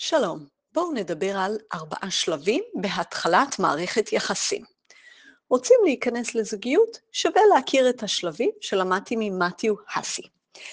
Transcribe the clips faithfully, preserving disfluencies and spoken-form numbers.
שלום, בואו נדבר על ארבעה שלבים בהתחלת מערכת יחסים. רוצים להיכנס לזוגיות? שווה להכיר את השלבים שלמדתי ממתיו האסי.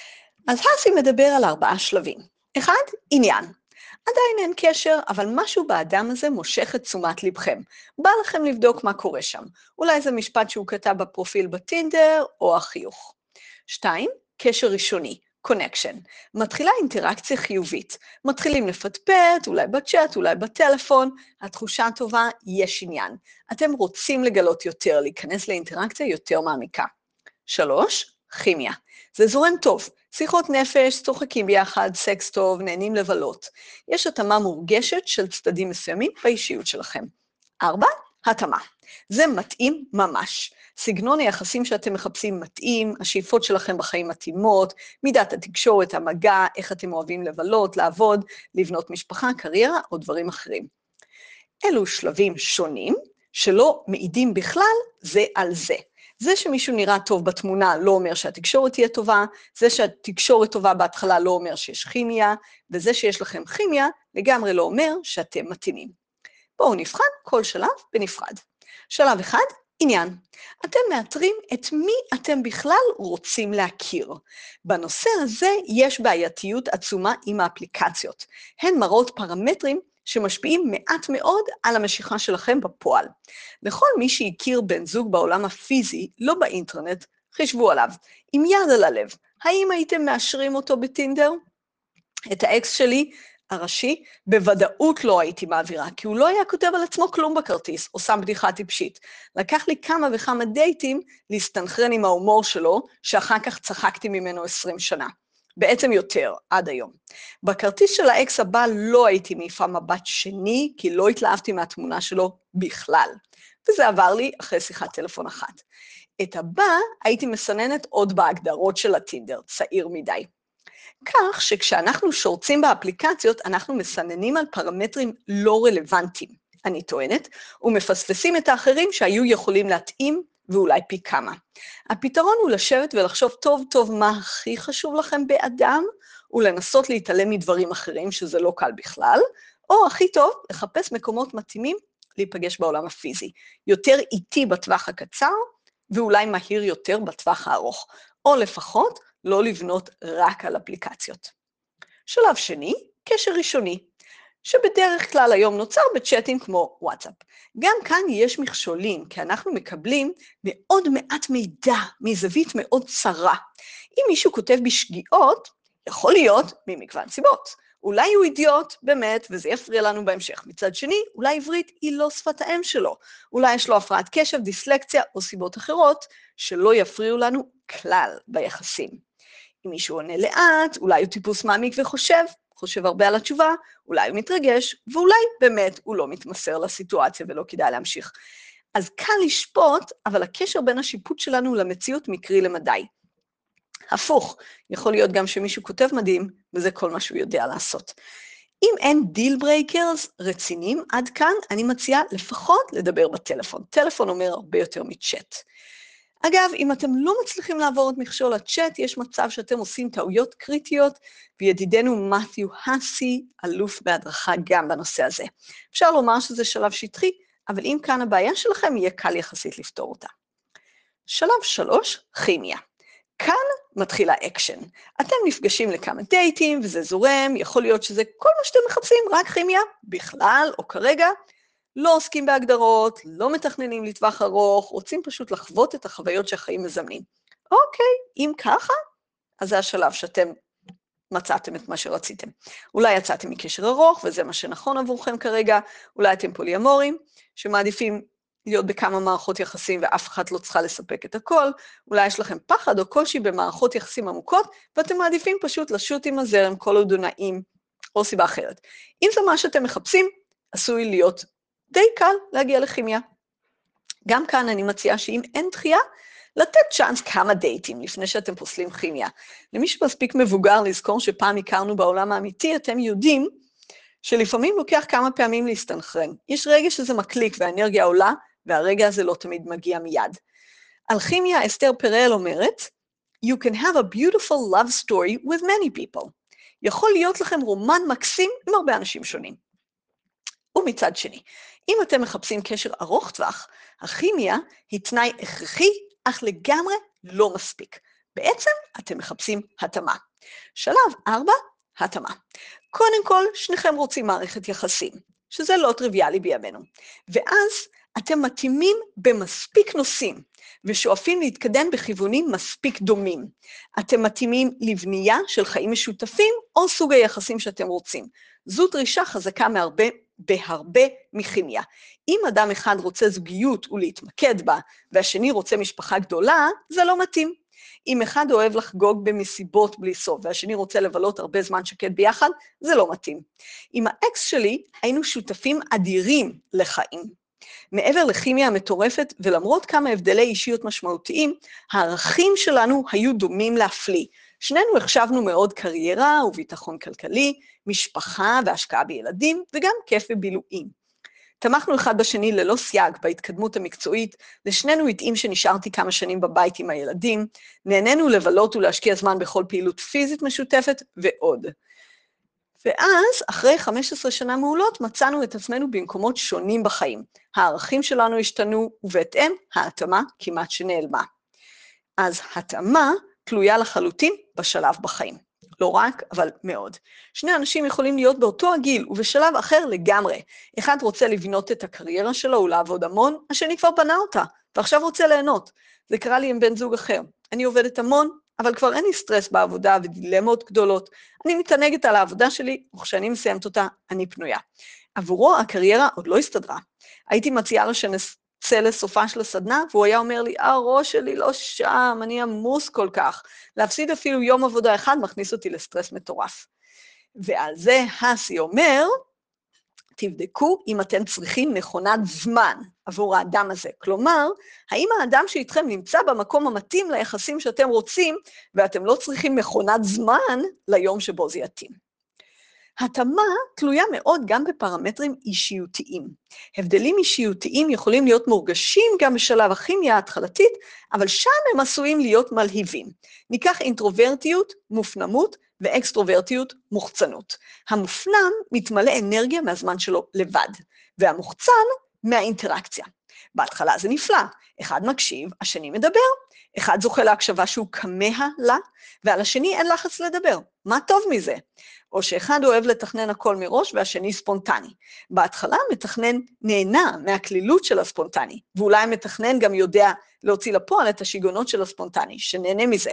אז האסי מדבר על ארבעה שלבים. אחד, עניין. עדיין אין קשר, אבל משהו באדם הזה מושך את תשומת לבכם. בא לכם לבדוק מה קורה שם. אולי זה משפט שהוא כתב בפרופיל בטינדר, או החיוך. שתיים, קשר ראשוני. קונקשן. מתחילה אינטראקציה חיובית. מתחילים לפטפט, אולי בצ'אט, אולי בטלפון. התחושה הטובה, יש עניין. אתם רוצים לגלות יותר, להיכנס לאינטראקציה יותר מעמיקה. שלוש, כימיה. זה זורם טוב. שיחות נפש, צוחקים ביחד, סקס טוב, נהנים לבלות. יש התאמה מורגשת של צדדים מסוימים באישיות שלכם. ארבע, התאמה. זה מתאים ממש. סגנון היחסים שאתם מחפשים מתאים, השאיפות שלכם בחיים מתאימות, מידת התקשורת, המגע, איך אתם אוהבים לבלות, לעבוד, לבנות משפחה, קריירה או דברים אחרים. אלו שלבים שונים שלא מעידים בכלל זה על זה. זה שמישהו נראה טוב בתמונה לא אומר שהתקשורת תהיה טובה, זה שהתקשורת טובה בהתחלה לא אומר שיש כימיה, וזה שיש לכם כימיה לגמרי לא אומר שאתם מתאימים. בואו נבחן כל שלב בנפרד. שלב אחד, עניין. אתם מאתרים את מי אתם בכלל רוצים להכיר. בנושא הזה יש בעייתיות עצומה עם האפליקציות. הן מראות פרמטרים שמשפיעים מעט מאוד על המשיכה שלכם בפועל. לכל מי שהכיר בן זוג בעולם הפיזי, לא באינטרנט, חשבו עליו. עם יד על הלב, האם הייתם מאשרים אותו בטינדר? את האקס שלי, הראשי, בוודאות לא הייתי מעבירה, כי הוא לא היה כותב על עצמו כלום בכרטיס, או שם בדיחה טיפשית. לקח לי כמה וכמה דייטים להסתנכרן עם ההומור שלו, שאחר כך צחקתי ממנו עשרים שנה. בעצם יותר, עד היום. בכרטיס של האקס הבא לא הייתי מעיפה מבט שני, כי לא התלהבתי מהתמונה שלו בכלל. וזה עבר לי אחרי שיחת טלפון אחת. את הבא הייתי מסננת עוד בהגדרות של הטינדר, צעיר מדי. כך שכשאנחנו שורצים באפליקציות, אנחנו מסננים על פרמטרים לא רלוונטיים, אני טוענת, ומפספסים את האחרים שהיו יכולים להתאים ואולי פי כמה. הפתרון הוא לשבת ולחשוב טוב טוב מה הכי חשוב לכם באדם, ולנסות להתעלם מדברים אחרים שזה לא קל בכלל, או הכי טוב לחפש מקומות מתאימים להיפגש בעולם הפיזי, יותר איטי בטווח הקצר, ואולי מהיר יותר בטווח הארוך, או לפחות לא לבנות רק על אפליקציות. שלב שני, קשר ראשוני, שבדרך כלל היום נוצר בצ'אטים כמו וואטסאפ. גם כאן יש מכשולים, כי אנחנו מקבלים מאוד מעט מידע, מזווית מאוד צרה. אם מישהו כותב בשגיאות, יכול להיות ממגוון סיבות. אולי הוא אידיוט, באמת, וזה יפריע לנו בהמשך. מצד שני, אולי עברית היא לא שפת האם שלו. אולי יש לו הפרעת קשב, דיסלקציה או סיבות אחרות, שלא יפריעו לנו כלל ביחסים. אם מישהו עונה לאט, אולי הוא טיפוס מעמיק וחושב, חושב הרבה על התשובה, אולי הוא מתרגש, ואולי באמת הוא לא מתמסר לסיטואציה ולא כדאי להמשיך. אז קל לשפוט, אבל הקשר בין השיפוט שלנו למציאות מקרי למדי. הפוך, יכול להיות גם שמישהו כותב מדהים, וזה כל מה שהוא יודע לעשות. אם אין דיל ברייקרס רציניים עד כאן, אני מציעה לפחות לדבר בטלפון. טלפון אומר הרבה יותר מצ'אט. אגב, אם אתם לא מצליחים לעבור את מכשול הצ'אט, יש מצב שאתם עושים טעויות קריטיות, וידידנו מתיו האסי, אלוף בהדרכה גם בנושא הזה. אפשר לומר שזה שלב שטחי, אבל אם כאן הבעיה שלכם, יהיה קל יחסית לפתור אותה. שלב שלוש, כימיה. כאן מתחיל האקשן. אתם נפגשים לכמה דייטים, וזה זורם, יכול להיות שזה כל מה שאתם מחפשים, רק כימיה, בכלל או כרגע, לא עוסקים בהגדרות, לא מתכננים לטווח ארוך, רוצים פשוט לחוות את החוויות שהחיים מזמנים. אוקיי, אם ככה, אז זה השלב שאתם מצאתם את מה שרציתם. אולי יצאתם מקשר ארוך, וזה מה שנכון עבורכם כרגע, אולי אתם פוליאמורים, שמעדיפים להיות בכמה מערכות יחסים, ואף אחד לא צריכה לספק את הכל, אולי יש לכם פחד או קושי במערכות יחסים עמוקות, ואתם מעדיפים פשוט לשוט עם הזרם, כל עוד הוא נעים, או סיבה אחרת. אם זה מה שאתם מחפשים, עשוי להיות די קל להגיע לכימיה. גם כאן אני מציעה שאם אין דחייה, לתת צ'אנס כמה דייטים לפני שאתם פוסלים כימיה. למי שמספיק מבוגר לזכור שפעם הכרנו בעולם האמיתי, אתם יודעים שלפעמים לוקח כמה פעמים להסתנכרן. יש רגע שזה מקליק והאנרגיה עולה, והרגע הזה לא תמיד מגיע מיד. על כימיה אסתר פרל אומרת, You can have a beautiful love story with many people. יכול להיות לכם רומן מקסים עם הרבה אנשים שונים. ומצד שני, אם אתם מחפשים קשר ארוך טווח, הכימיה היא תנאי הכרחי, אך לגמרי לא מספיק. בעצם אתם מחפשים התאמה. שלב ארבע, התאמה. קודם כל, שניכם רוצים מערכת יחסים, שזה לא טריוויאלי בימינו. ואז אתם מתאימים במספיק נושאים, ושואפים להתקדם בכיוונים מספיק דומים. אתם מתאימים לבנייה של חיים משותפים, או סוג היחסים שאתם רוצים. זו דרישה חזקה מהרבה, בהרבה מכימיה. אם אדם אחד רוצה זוגיות ולהתמקד בה, והשני רוצה משפחה גדולה, זה לא מתאים. אם אחד אוהב לחגוג במסיבות בלי סוף, והשני רוצה לבלות הרבה זמן שקט ביחד, זה לא מתאים. עם האקס שלי היינו שותפים אדירים לחיים. מעבר לכימיה המטורפת, ולמרות כמה הבדלי אישיות משמעותיים, הערכים שלנו היו דומים להפליא. שנינו החשבנו מאוד קריירה וביטחון כלכלי, משפחה והשקעה בילדים, וגם כיף ובילויים. תמכנו אחד בשני ללא סייג בהתקדמות המקצועית, לשנינו התאים שנשארתי כמה שנים בבית עם הילדים, נהנינו לבלות ולהשקיע זמן בכל פעילות פיזית משותפת ועוד. ואז, אחרי חמש עשרה שנה מעולות, מצאנו את עצמנו במקומות שונים בחיים. הערכים שלנו השתנו, ובהתאם, ההתאמה כמעט שנעלמה. אז התאמה תלויה לחלוטין בשלב בחיים. לא רק, אבל מאוד. שני אנשים יכולים להיות באותו הגיל, ובשלב אחר לגמרי. אחד רוצה לבנות את הקריירה שלו ולעבוד המון, השני כבר בנה אותה, ועכשיו רוצה ליהנות. זה קרה לי עם בן זוג אחר. אני עובדת המון, אבל כבר אין לי סטרס בעבודה ודילמות גדולות. אני מתענגת על העבודה שלי, וכשאני מסיימת אותה, אני פנויה. עבורו הקריירה עוד לא הסתדרה. הייתי מציעה לו שנצא לסופה של הסדנה, והוא היה אומר לי, הראש שלי לא שם, אני עמוס כל כך. להפסיד אפילו יום עבודה אחד מכניס אותי לסטרס מטורף. ועל זה הסי אומר, תבדקו אם אתם צריכים מכונת זמן עבור האדם הזה. כלומר, האם האדם שאיתכם נמצא במקום המתאים ליחסים שאתם רוצים, ואתם לא צריכים מכונת זמן ליום שבו זה יתאים. התאמה תלויה מאוד גם בפרמטרים אישיותיים. הבדלים אישיותיים יכולים להיות מורגשים גם בשלב הכימיה ההתחלתית, אבל שם הם עשויים להיות מלהיבים. ניקח אינטרוברטיות, מופנמות ואקסטרוברטיות, מוחצנות. המופנם מתמלא אנרגיה מהזמן שלו לבד, והמוחצן מהאינטראקציה. בהתחלה זה נפלא, אחד מקשיב, השני מדבר, אחד זוכה להקשבה שהוא כמה לה, ועל השני אין לחץ לדבר. מה טוב מזה? או שאחד אוהב לתכנן הכל מראש והשני ספונטני. בהתחלה מתכנן נהנה מהכלילות של הספונטני, ואולי המתכנן גם יודע להוציא לפועל את השיגונות של הספונטני, שנהנה מזה.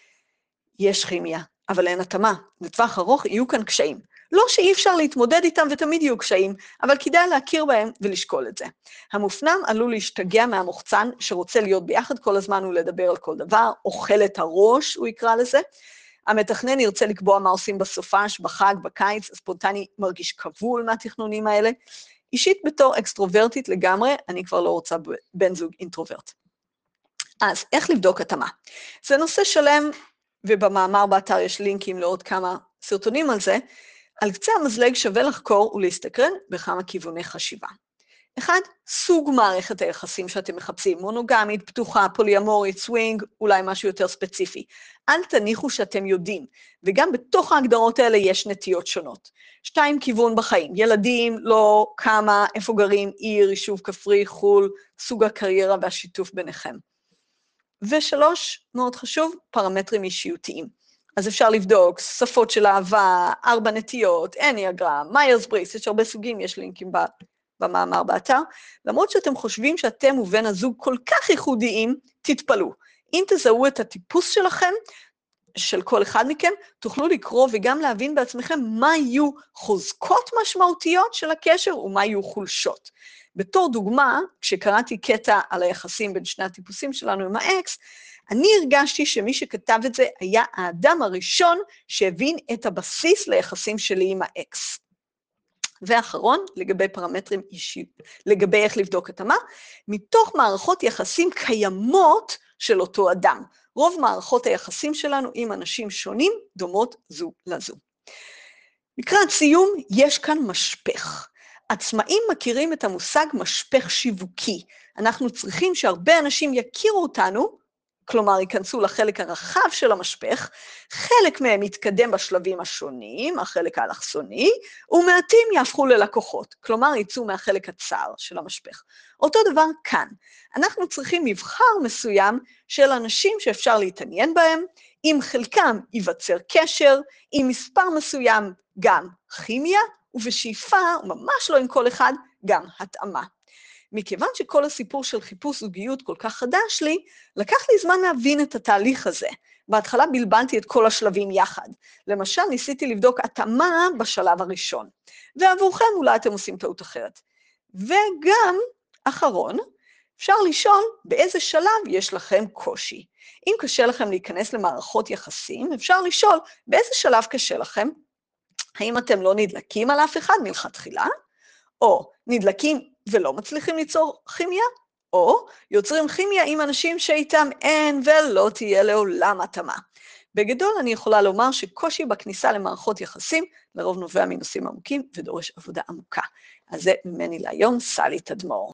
יש כימיה, אבל אין התאמה. לטווח ארוך יהיו כאן קשיים. לא שאי אפשר להתמודד איתם ותמיד יהיו קשיים, אבל כדאי להכיר בהם ולשקול את זה. המופנם עלול להשתגע מהמוחצן שרוצה להיות ביחד כל הזמן ולדבר על כל דבר, אוכל את הראש, הוא יקרא לזה. המתכנן ירצה לקבוע מה עושים בסופש, בחג, בקיץ, הספונטני מרגיש כבול מהתכנונים האלה. אישית בתור אקסטרוברטית לגמרי, אני כבר לא רוצה בן זוג אינטרוברט. אז איך לבדוק התאמה? זה נושא שלם, ובמאמר באתר יש לינקים לעוד כמה סרטונים על זה. על קצה המזלג שווה לחקור ולהסתקרן בכמה כיווני חשיבה. אחד, סוג מערכת היחסים שאתם מחפשים, מונוגמית, פתוחה, פוליאמורית, סווינג, אולי משהו יותר ספציפי. אל תניחו שאתם יודעים, וגם בתוך ההגדרות האלה יש נטיות שונות. שתיים, כיוון בחיים, ילדים, לא, כמה, איפה גרים, עיר, יישוב כפרי, חול, סוג הקריירה והשיתוף ביניכם. ושלוש, מאוד חשוב, פרמטרים אישיותיים. אז אפשר לבדוק שפות של אהבה, ארבע נטיות, אניאגרם, מיירס בריס, יש הרבה סוגים, יש לינקים במאמר באתר. למרות שאתם חושבים שאתם ובן הזוג כל כך ייחודיים, תתפלאו. אם תזהו את הטיפוס שלכם, של כל אחד מכם, תוכלו לקרוא וגם להבין בעצמכם מה יהיו חוזקות משמעותיות של הקשר ומה יהיו חולשות. בתור דוגמה, כשקראתי קטע על היחסים בין שני הטיפוסים שלנו עם האקס, אני הרגשתי שמי שכתב את זה היה האדם הראשון שהבין את הבסיס ליחסים שלי עם האקס. ואחרון, לגבי פרמטרים אישיים, לגבי איך לבדוק התאמה, מתוך מערכות יחסים קיימות של אותו אדם. רוב מערכות היחסים שלנו עם אנשים שונים דומות זו לזו. לקראת סיום, יש כאן משפך. עצמאים מכירים את המושג משפך שיווקי. אנחנו צריכים שהרבה אנשים יכירו אותנו, כלומר ייכנסו לחלק הרחב של המשפך, חלק מהם יתקדם בשלבים השונים, החלק האלכסוני, ומעטים יהפכו ללקוחות, כלומר יצאו מהחלק הצר של המשפך. אותו דבר כאן, אנחנו צריכים מבחר מסוים של אנשים שאפשר להתעניין בהם, עם חלקם ייווצר קשר, עם מספר מסוים גם כימיה, ובשאיפה, ממש לא עם כל אחד, גם התאמה. מכיוון שכל הסיפור של חיפוש זוגיות כל כך חדש לי, לקח לי זמן להבין את התהליך הזה. בהתחלה בלבלתי את כל השלבים יחד. למשל, ניסיתי לבדוק התאמה בשלב הראשון. ועבורכם אולי אתם עושים טעות אחרת. וגם, אחרון, אפשר לשאול באיזה שלב יש לכם קושי. אם קשה לכם להיכנס למערכות יחסים, אפשר לשאול באיזה שלב קשה לכם. האם אתם לא נדלקים על אף אחד מלכתחילה? או נדלקים ולא מצליחים ליצור כימיה, או יוצרים כימיה עם אנשים שאיתם אין ולא תהיה לעולם התאמה. בגדול אני יכולה לומר שקושי בכניסה למערכות יחסים לרוב נובע מנושאים עמוקים ודורש עבודה עמוקה. אז זה ממני להיום, סלי תדמור.